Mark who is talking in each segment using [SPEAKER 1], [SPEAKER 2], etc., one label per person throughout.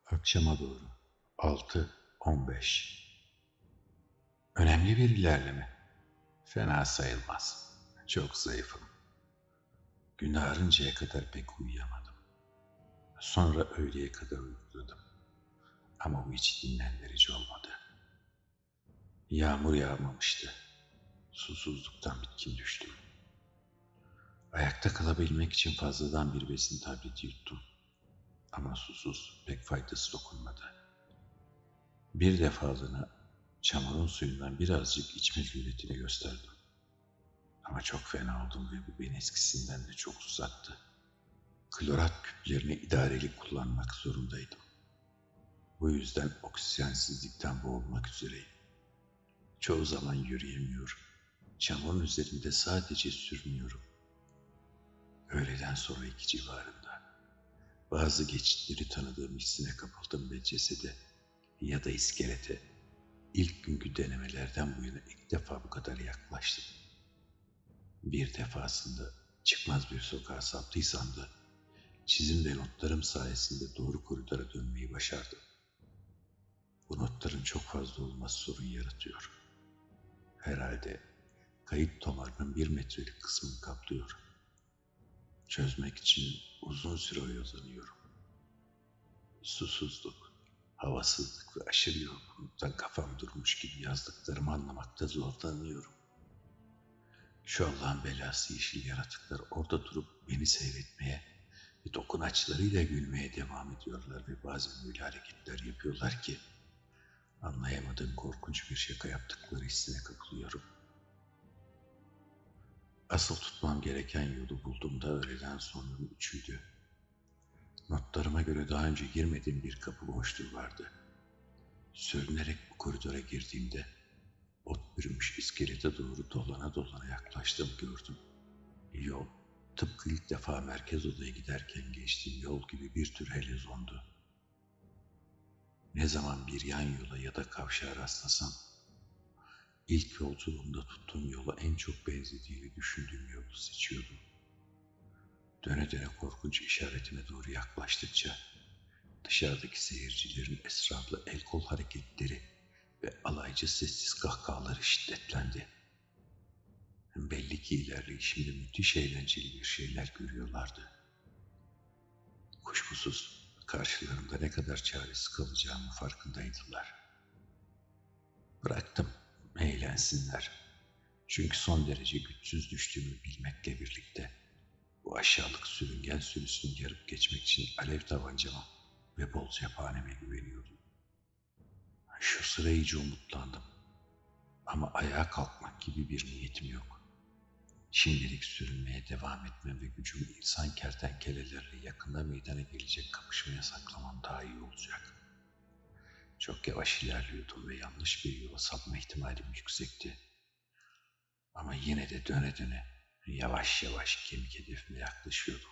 [SPEAKER 1] Akşama doğru 6:15. Önemli bir ilerleme. Fena sayılmaz. Çok zayıfım. Gün ağarıncaya kadar pek uyuyamadım. Sonra öğleye kadar uyukladım. Ama bu hiç dinlendirici olmadı. Yağmur yağmamıştı. Susuzluktan bitkin düştüm. Ayakta kalabilmek için fazladan bir besin tableti yuttum. Ama susuz pek faydası dokunmadı. Bir defalığına çamurun suyundan birazcık içme cüretini gösterdim. Ama çok fena oldum ve bu beni eskisinden de çok uzattı. Klorat küplerini idareli kullanmak zorundaydım. Bu yüzden oksijensizlikten boğulmak üzereyim. Çoğu zaman yürüyemiyorum. Çamurun üzerinde sadece sürünüyorum. Öğleden sonra 2 civarında. Bazı geçitleri tanıdığım hissine kapıldım ve cesede ya da iskelete ilk günkü denemelerden bu yana ilk defa bu kadar yaklaştım. Bir defasında çıkmaz bir sokağa saptıysam da çizim ve notlarım sayesinde doğru koridora dönmeyi başardım. Bu notların çok fazla olması sorun yaratıyor. Herhalde kayıt tomarının 1 metrelik kısmını kaplıyor. Çözmek için uzun süre oyalanıyorum. Susuzluk, havasızlık ve aşırı yorgunluktan kafam durmuş gibi yazdıklarımı anlamakta zorlanıyorum. Şu Allah'ın belası yeşil yaratıklar orada durup beni seyretmeye ve dokunaçlarıyla gülmeye devam ediyorlar ve bazen öyle hareketler yapıyorlar ki anlayamadığım korkunç bir şaka yaptıkları hissine kapılıyorum. Asıl tutmam gereken yolu bulduğumda öğleden sonranın 3'üydü. Notlarıma göre daha önce girmediğim bir kapı boşluğu vardı. Sürünerek bu koridora girdiğimde ot bürümüş iskelete doğru dolana dolana yaklaştım gördüm. Yol, tıpkı ilk defa merkez odaya giderken geçtiğim yol gibi bir tür helezondu. Ne zaman bir yan yola ya da kavşağa rastlasam, ilk yolculuğumda tuttuğum yola en çok benzediğini düşündüğüm yolu seçiyordum. Döne döne korkunç işaretime doğru yaklaştıkça dışarıdaki seyircilerin esrarlı el kol hareketleri ve alaycı sessiz kahkahaları şiddetlendi. Belli ki ilerleyişimde müthiş eğlenceli bir şeyler görüyorlardı. Kuşkusuz karşılarında ne kadar çaresiz kalacağımı farkındaydılar. Bıraktım, eğlensinler. Çünkü son derece güçsüz düştüğümü bilmekle birlikte bu aşağılık sürüngen sürüsünü yarıp geçmek için alev tabancama ve bol cephaneme güveniyordum. Şu sıra iyice umutlandım. Ama ayağa kalkmak gibi bir niyetim yok. Şimdilik sürünmeye devam etmem ve gücümü insan kertenkelelerle yakında meydana gelecek kapışmaya saklamam daha iyi olacak. Çok yavaş ilerliyordum ve yanlış bir yola sapma ihtimalim yüksekti. Ama yine de döne döne yavaş yavaş kemik hedefime yaklaşıyordum.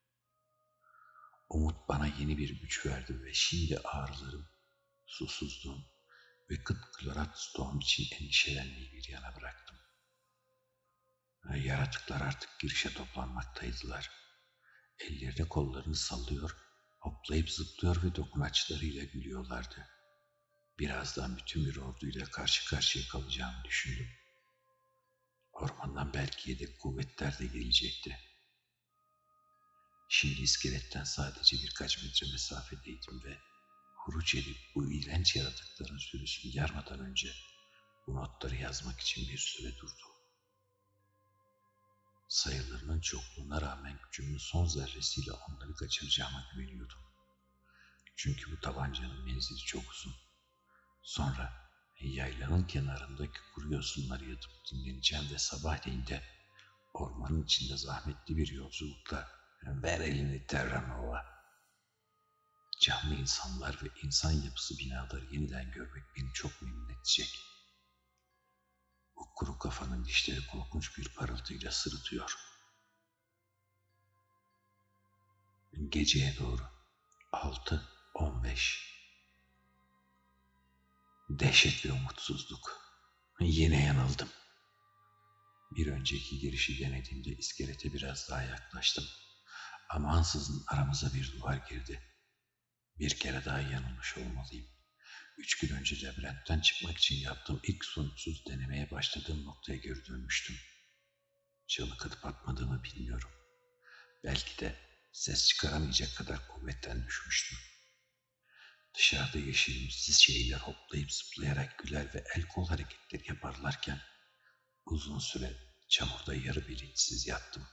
[SPEAKER 1] Umut bana yeni bir güç verdi ve şimdi ağrılarım, susuzluğum ve kıt klorat stoğum için endişelenmeyi bir yana bıraktım. Yaratıklar artık girişe toplanmaktaydılar. Ellerini kollarını sallıyor, hoplayıp zıplıyor ve dokunaçlarıyla gülüyorlardı. Birazdan bütün bir orduyla karşı karşıya kalacağımı düşündüm. Ormandan belki yedek kuvvetler de gelecekti. Şimdi iskeletten sadece birkaç metre mesafedeydim ve huruç edip bu iğrenç yaratıkların sürüsünü yarmadan önce bu notları yazmak için bir süre durdum. Sayılarının çokluğuna rağmen gücümün son zerresiyle onları kaçıracağıma güveniyordum. Çünkü bu tabancanın menzili çok uzun. Sonra yaylanın kenarındaki kuru yosunları yatıp dinleneceğim ve sabahleyin de ormanın içinde zahmetli bir yolculukla ver elini Terranova. Canlı insanlar ve insan yapısı binaları yeniden görmek beni çok memnun edecek. Bu kuru kafanın dişleri korkunç bir parıltıyla sırıtıyor. Geceye doğru 6:15. Dehşet ve umutsuzluk. Yine yanıldım. Bir önceki girişi denediğimde iskelete biraz daha yaklaştım. Ama ansızın aramıza bir duvar girdi. Bir kere daha yanılmış olmalıyım. 3 gün önce labirentten çıkmak için yaptığım ilk sonuçsuz denemeye başladığım noktaya geri dönmüştüm. Çığlık atıp atmadığımı bilmiyorum. Belki de ses çıkaramayacak kadar kuvvetten düşmüştüm. Dışarıda yeşilimsiz şeyler hoplayıp zıplayarak güler ve el kol hareketleri yaparlarken uzun süre çamurda yarı bilinçsiz yattım.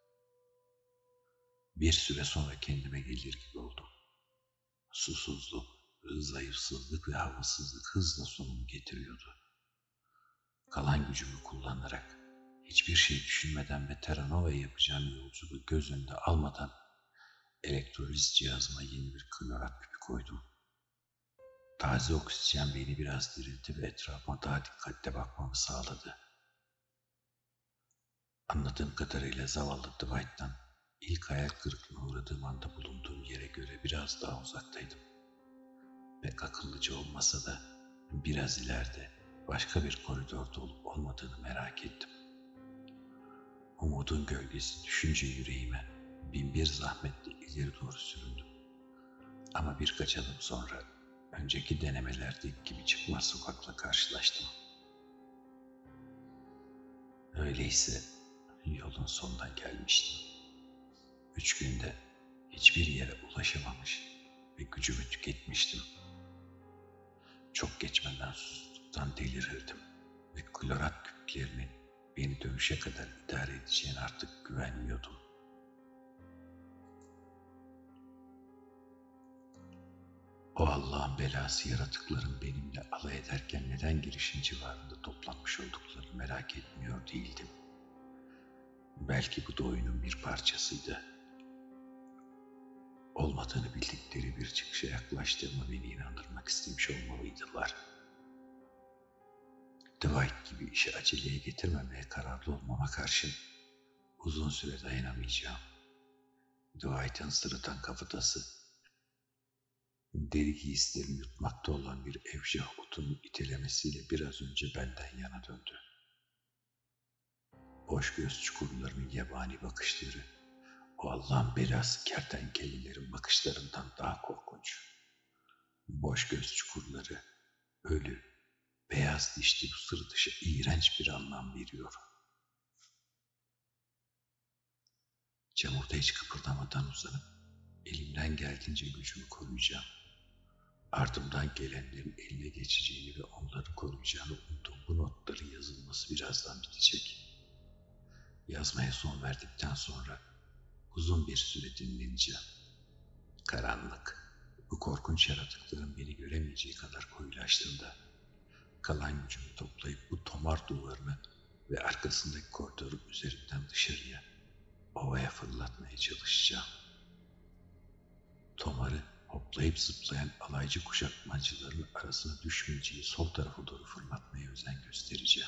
[SPEAKER 1] Bir süre sonra kendime gelir gibi oldum. Susuzluk, zayıfsızlık ve havasızlık hızla sonumu getiriyordu. Kalan gücümü kullanarak, hiçbir şey düşünmeden ve Terranova'ya yapacağım yolculuğu göz önünde almadan elektroliz cihazıma yeni bir klorat küpü koydum. Taze oksijen beni biraz diriltti ve etrafıma daha dikkatli bakmamı sağladı. Anladığım kadarıyla zavallı Dwight'tan ilk hayal kırıklığına uğradığım anda bulunduğum yere göre biraz daha uzaktaydım. Pek akıllıca olmasa da biraz ileride başka bir koridorda olup olmadığını merak ettim. Umudun gölgesi düşünce yüreğime binbir zahmetle ileri doğru süründüm. Ama birkaç adım sonra önceki denemelerdeki gibi çıkmaz sokakla karşılaştım. Öyleyse yolun sonuna gelmiştim. 3 günde hiçbir yere ulaşamamış ve gücümü tüketmiştim. Çok geçmeden susuzluktan delirirdim ve klorat küplerinin beni dönüşe kadar idare edeceğine artık güvenmiyordum. O Allah'ın belası yaratıkların benimle alay ederken neden girişin civarında toplanmış olduklarını merak etmiyor değildim. Belki bu da oyunun bir parçasıydı. Olmadığını bildikleri bir çıkışa yaklaştığımı beni inandırmak istemiş olmalıydılar. Dwight gibi işi aceleye getirmemeye kararlı olmama karşın uzun süre dayanamayacağım. Dwight'ın sırıtan kafatası, deri giysilerini yutmakta olan bir evcah otunun itelemesiyle biraz önce benden yana döndü. Boş göz çukurlarının yabani bakışları, o Allah'ın belası kertenkelelerin bakışlarından daha korkunç. Boş göz çukurları, ölü, beyaz dişli bu sırıtışa iğrenç bir anlam veriyor. Çamurda hiç kıpırdamadan uzanıp elimden geldiğince gücümü koruyacağım. Ardımdan gelenlerin eline geçeceğini ve onları koruyacağını umduğum bu notların yazılması birazdan bitecek. Yazmaya son verdikten sonra uzun bir süre dinleneceğim. Karanlık, bu korkunç yaratıkların beni göremeyeceği kadar koyulaştığında kalan gücümü toplayıp bu tomar duvarını ve arkasındaki koridorun üzerinden dışarıya, ovaya fırlatmaya çalışacağım. Tomarı hoplayıp zıplayan alaycı kuşatmacıların arasına düşmeyeceği sol tarafa doğru fırlatmaya özen göstereceğim.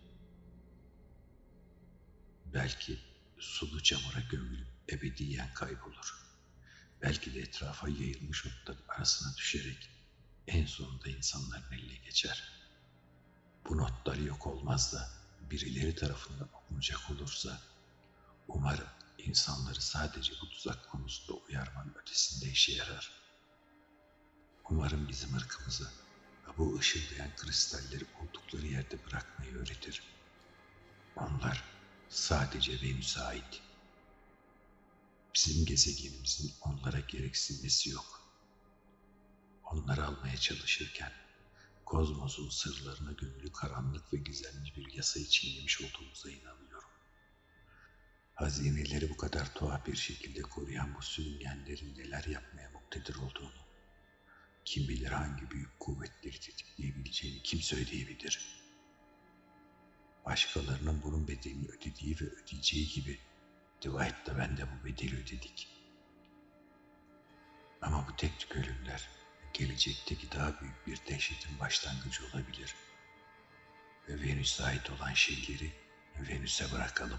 [SPEAKER 1] Belki sulu çamura gömülüp ebediyen kaybolur. Belki de etrafa yayılmış otların arasına düşerek en sonunda insanların eline geçer. Bu notlar yok olmaz da birileri tarafından okunacak olursa umarım insanları sadece bu tuzak konusunda uyarmanın ötesinde işe yarar. Umarım bizim ırkımıza bu ışıldayan kristalleri oldukları yerde bırakmayı öğretir. Onlar sadece Venüs'e ait. Bizim gezegenimizin onlara gereksinmesi yok. Onları almaya çalışırken kozmosun sırlarına gömülü karanlık ve gizemli bir yasayı çiğnemiş olduğumuza inanıyorum. Hazineleri bu kadar tuhaf bir şekilde koruyan bu sürüngenlerin neler yapmaya muktedir olduğunu, kim bilir hangi büyük kuvvetleri tetikleyebileceğini kim söyleyebilir? Başkalarının bunun bedelini ödediği ve ödeyeceği gibi Dwight da ben de bu bedeli ödedik. Ama bu tek tük ölümler gelecekteki daha büyük bir dehşetin başlangıcı olabilir. Ve Venüs'e ait olan şeyleri Venüs'e bırakalım.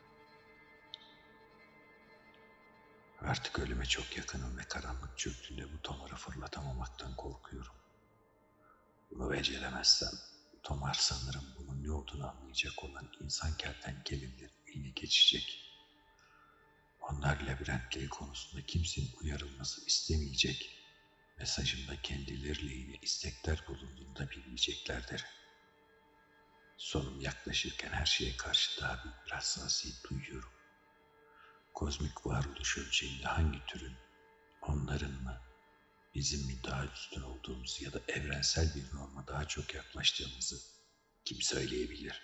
[SPEAKER 1] Artık ölüme çok yakınım ve karanlık çöktüğünde bu tomara fırlatamamaktan korkuyorum. Bunu beceremezsem tomar sanırım bunun ne olduğunu anlayacak olan insan kertenkelelerin eline geçecek. Onlar labirentleri konusunda kimsenin uyarılması istemeyecek Mesajımda kendileri lehine istekler bulunduğunda bilmeyeceklerdir. Sonum yaklaşırken her şeye karşı daha büyük bir hassasiyet duyuyorum. Kozmik varoluş ölçeğinde hangi türün, onların mı, bizim mi daha üstün olduğumuzu ya da evrensel bir norma daha çok yaklaştığımızı kim söyleyebilir?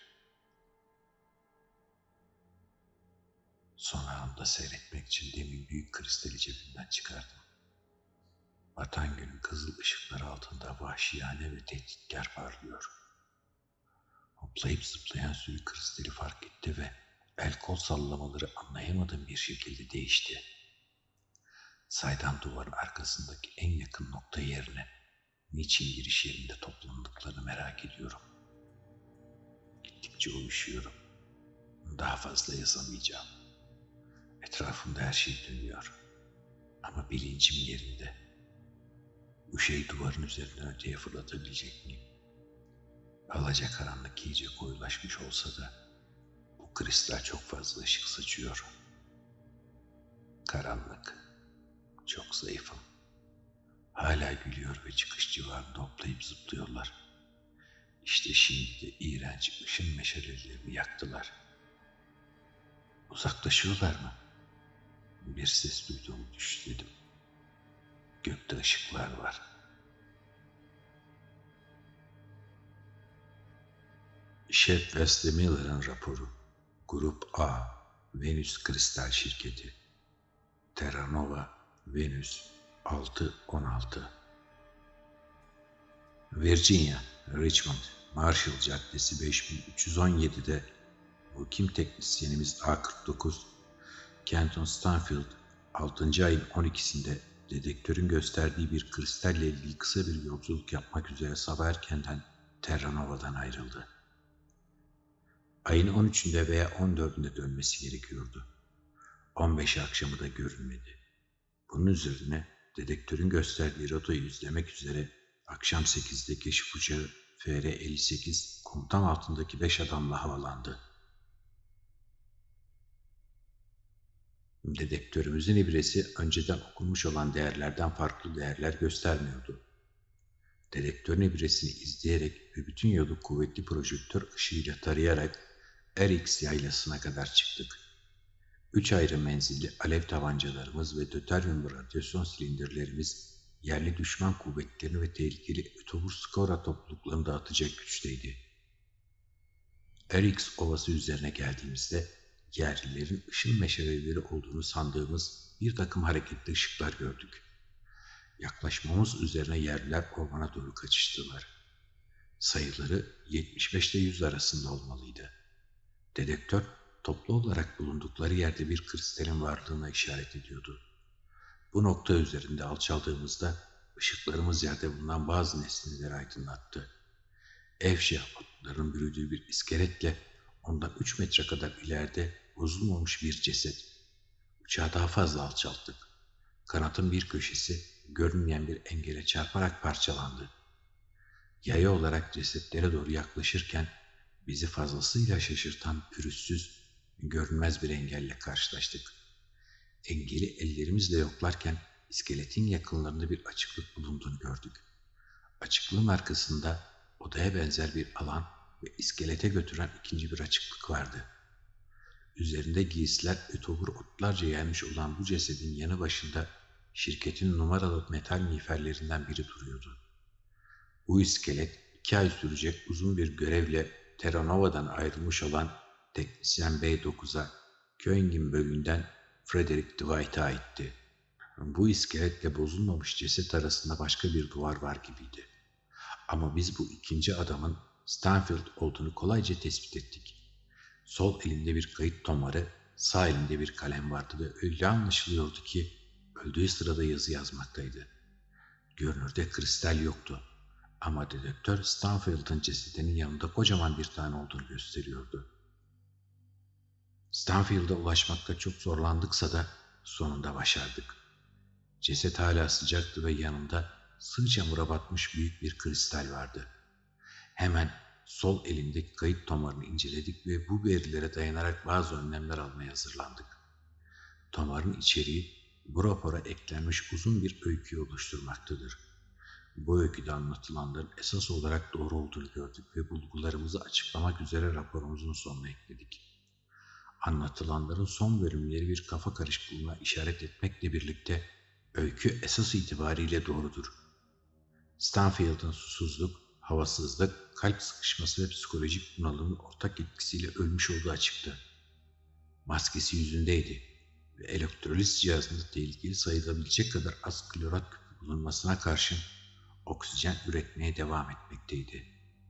[SPEAKER 1] Son anımda seyretmek için demin büyük kristali cebimden çıkardım. Batan günün kızıl ışıkları altında vahşiyane ve tehditkar parlıyor. Hoplayıp zıplayan sürü kristali fark etti ve el kol sallamaları anlayamadığım bir şekilde değişti. Saydam duvarın arkasındaki en yakın nokta yerine niçin giriş yerinde toplandıklarını merak ediyorum. Gittikçe uyuşuyorum. Daha fazla yazamayacağım. Etrafımda her şey dönüyor. Ama bilincim yerinde. Bu şey duvarın üzerinden öteye fırlatabilecek miyim? Alacakaranlık iyice koyulaşmış olsa da bu kristal çok fazla ışık saçıyor. Karanlık. Çok zayıfım. Hala gülüyor ve çıkış civarında hoplayıp zıplıyorlar. İşte şimdi de iğrenç ışın meşalelerini yaktılar. Uzaklaşıyorlar mı? Bir ses duyduğumu düşledim. Gökte ışıklar var. Şef Wesley Miller'ın raporu. Grup A, Venüs Kristal Şirketi. Terra Nova, Venüs 616. Virginia, Richmond, Marshall Caddesi 5317'de mukim teknisyenimiz A49, Kenton Stanfield 6. ayın 12'sinde dedektörün gösterdiği bir kristalle ilgili kısa bir yolculuk yapmak üzere sabah erkenden Terra Nova'dan ayrıldı. Ayın 13'ünde veya 14'ünde dönmesi gerekiyordu. 15 akşamı da görünmedi. Bunun üzerine dedektörün gösterdiği rotayı izlemek üzere akşam 8'de keşif uçağı FR-58 komutan altındaki 5 adamla havalandı. Dedektörümüzün ibresi önceden okunmuş olan değerlerden farklı değerler göstermiyordu. Dedektörün ibresini izleyerek ve bütün yolu kuvvetli projektör ışığıyla tarayarak RX yaylasına kadar çıktık. 3 ayrı menzilli alev tabancalarımız ve döteryum radyasyon silindirlerimiz yerli düşman kuvvetlerini ve tehlikeli ötobur skora topluluklarını dağıtacak güçteydi. RX ovası üzerine geldiğimizde yerlilerin ışın meşaleleri olduğunu sandığımız bir takım hareketli ışıklar gördük. Yaklaşmamız üzerine yerliler ormana doğru kaçıştılar. Sayıları 75 ile 100 arasında olmalıydı. Dedektör toplu olarak bulundukları yerde bir kristalin varlığına işaret ediyordu. Bu nokta üzerinde alçaldığımızda ışıklarımız yerde bulunan bazı nesneleri aydınlattı. Evşe otların bürüdüğü bir iskeletle ondan 3 metre kadar ileride bozulmamış bir ceset. Uçağı daha fazla alçalttık. Kanatın bir köşesi görünmeyen bir engele çarparak parçalandı. Yaya olarak cesetlere doğru yaklaşırken bizi fazlasıyla şaşırtan pürüzsüz, görünmez bir engelle karşılaştık. Engeli ellerimizle yoklarken iskeletin yakınlarında bir açıklık bulunduğunu gördük. Açıklığın arkasında odaya benzer bir alan ve iskelete götüren ikinci bir açıklık vardı. Üzerinde giysiler ötobur otlarca yaymış olan bu cesedin yanı başında şirketin numaralı metal miğferlerinden biri duruyordu. Bu iskelet 2 ay sürecek uzun bir görevle Terra Nova'dan ayrılmış olan teknisyen B9'a Köingin bölüğünden Frederick Dwight'a aitti. Bu iskeletle bozulmamış ceset arasında başka bir duvar var gibiydi. Ama biz bu ikinci adamın Stanfield olduğunu kolayca tespit ettik. Sol elinde bir kayıt tomarı, sağ elinde bir kalem vardı ve öyle anlaşılıyordu ki öldüğü sırada yazı yazmaktaydı. Görünürde kristal yoktu. Ama dedektör Stanfield'ın cesedinin yanında kocaman bir tane olduğunu gösteriyordu. Stanfield'a ulaşmakta çok zorlandıksa da sonunda başardık. Ceset hala sıcaktı ve yanında sığ çamura batmış büyük bir kristal vardı. Hemen sol elindeki kayıt tomarını inceledik ve bu verilere dayanarak bazı önlemler almaya hazırlandık. Tomarın içeriği bu rapora eklenmiş uzun bir öyküyü oluşturmaktadır. Bu öyküde anlatılanların esas olarak doğru olduğunu gördük ve bulgularımızı açıklamak üzere raporumuzun sonuna ekledik. Anlatılanların son bölümleri bir kafa karışıklığına işaret etmekle birlikte öykü esas itibariyle doğrudur. Stanfield'ın susuzluk, havasızlık, kalp sıkışması ve psikolojik bunalımın ortak etkisiyle ölmüş olduğu açıktı. Maskesi yüzündeydi ve elektroliz cihazında tehlikeli sayılabilecek kadar az klorat küpü bulunmasına karşın oksijen üretmeye devam etmekteydi.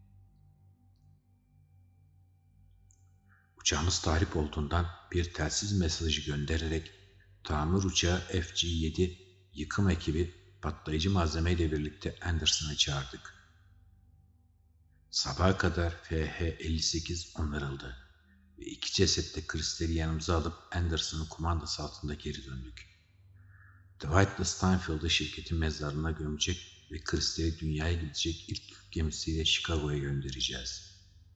[SPEAKER 1] Uçağımız tahrip olduğundan bir telsiz mesajı göndererek tamir uçağı FG-7 yıkım ekibi patlayıcı malzemeyle birlikte Anderson'ı çağırdık. Sabaha kadar FH-58 onarıldı ve iki cesetle Kristal'i yanımıza alıp Anderson'ın kumandası altında geri döndük. Dwight'la Stanfield'ı şirketin mezarlığına gömecek ve Kristal'i dünyaya gidecek ilk gemisiyle Chicago'ya göndereceğiz.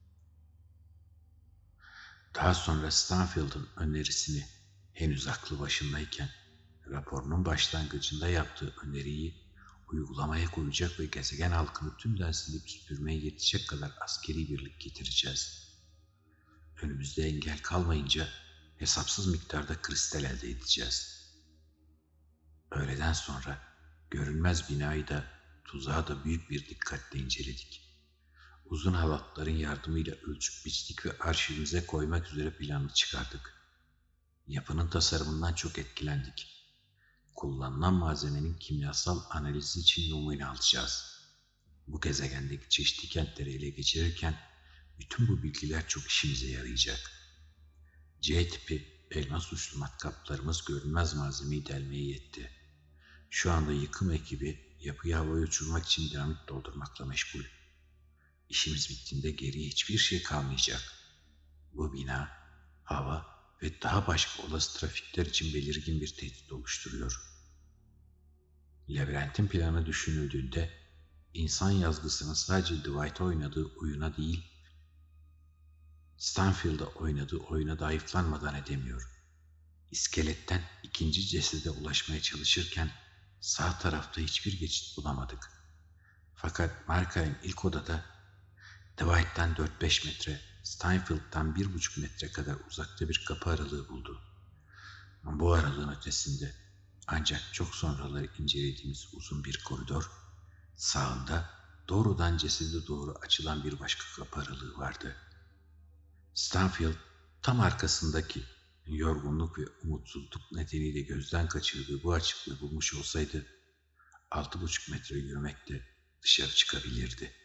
[SPEAKER 1] Daha sonra Stanfield'ın önerisini henüz aklı başındayken raporunun başlangıcında yaptığı öneriyi uygulamaya koyacak ve gezegen halkını tümden silip süpürmeye yetecek kadar askeri birlik getireceğiz. Önümüzde engel kalmayınca hesapsız miktarda kristal elde edeceğiz. Öğleden sonra görünmez binayı da tuzağı da büyük bir dikkatle inceledik. Uzun halatların yardımıyla ölçüp biçtik ve arşivimize koymak üzere planı çıkardık. Yapının tasarımından çok etkilendik. Kullanılan malzemenin kimyasal analizi için numune alacağız. Bu gezegendeki çeşitli kentleri ele geçirirken bütün bu bilgiler çok işimize yarayacak. C tipi elmas uçlu matkaplarımız görünmez malzemeyi delmeye yetti. Şu anda yıkım ekibi yapıyı havaya uçurmak için dinamit doldurmakla meşgul. İşimiz bittiğinde geriye hiçbir şey kalmayacak. Bu bina, hava ve daha başka olası trafikler için belirgin bir tehdit oluşturuyor. Labirentin planı düşünüldüğünde insan yazgısının sadece Dwight'a oynadığı oyuna değil, Stanfield'a oynadığı oyuna da hayıflanmadan edemiyor. İskeletten ikinci cesede ulaşmaya çalışırken sağ tarafta hiçbir geçit bulamadık. Fakat Markheim ilk odada Dwight'tan 4-5 metre, Stanfield'dan 1,5 metre kadar uzakta bir kapı aralığı buldu. Bu aralığın ötesinde ancak çok sonraları incelediğimiz uzun bir koridor, sağında doğrudan cesede doğru açılan bir başka kapı aralığı vardı. Stanfield tam arkasındaki yorgunluk ve umutsuzluk nedeniyle gözden kaçırdığı bu açıklığı bulmuş olsaydı 6,5 metre yürümekte dışarı çıkabilirdi.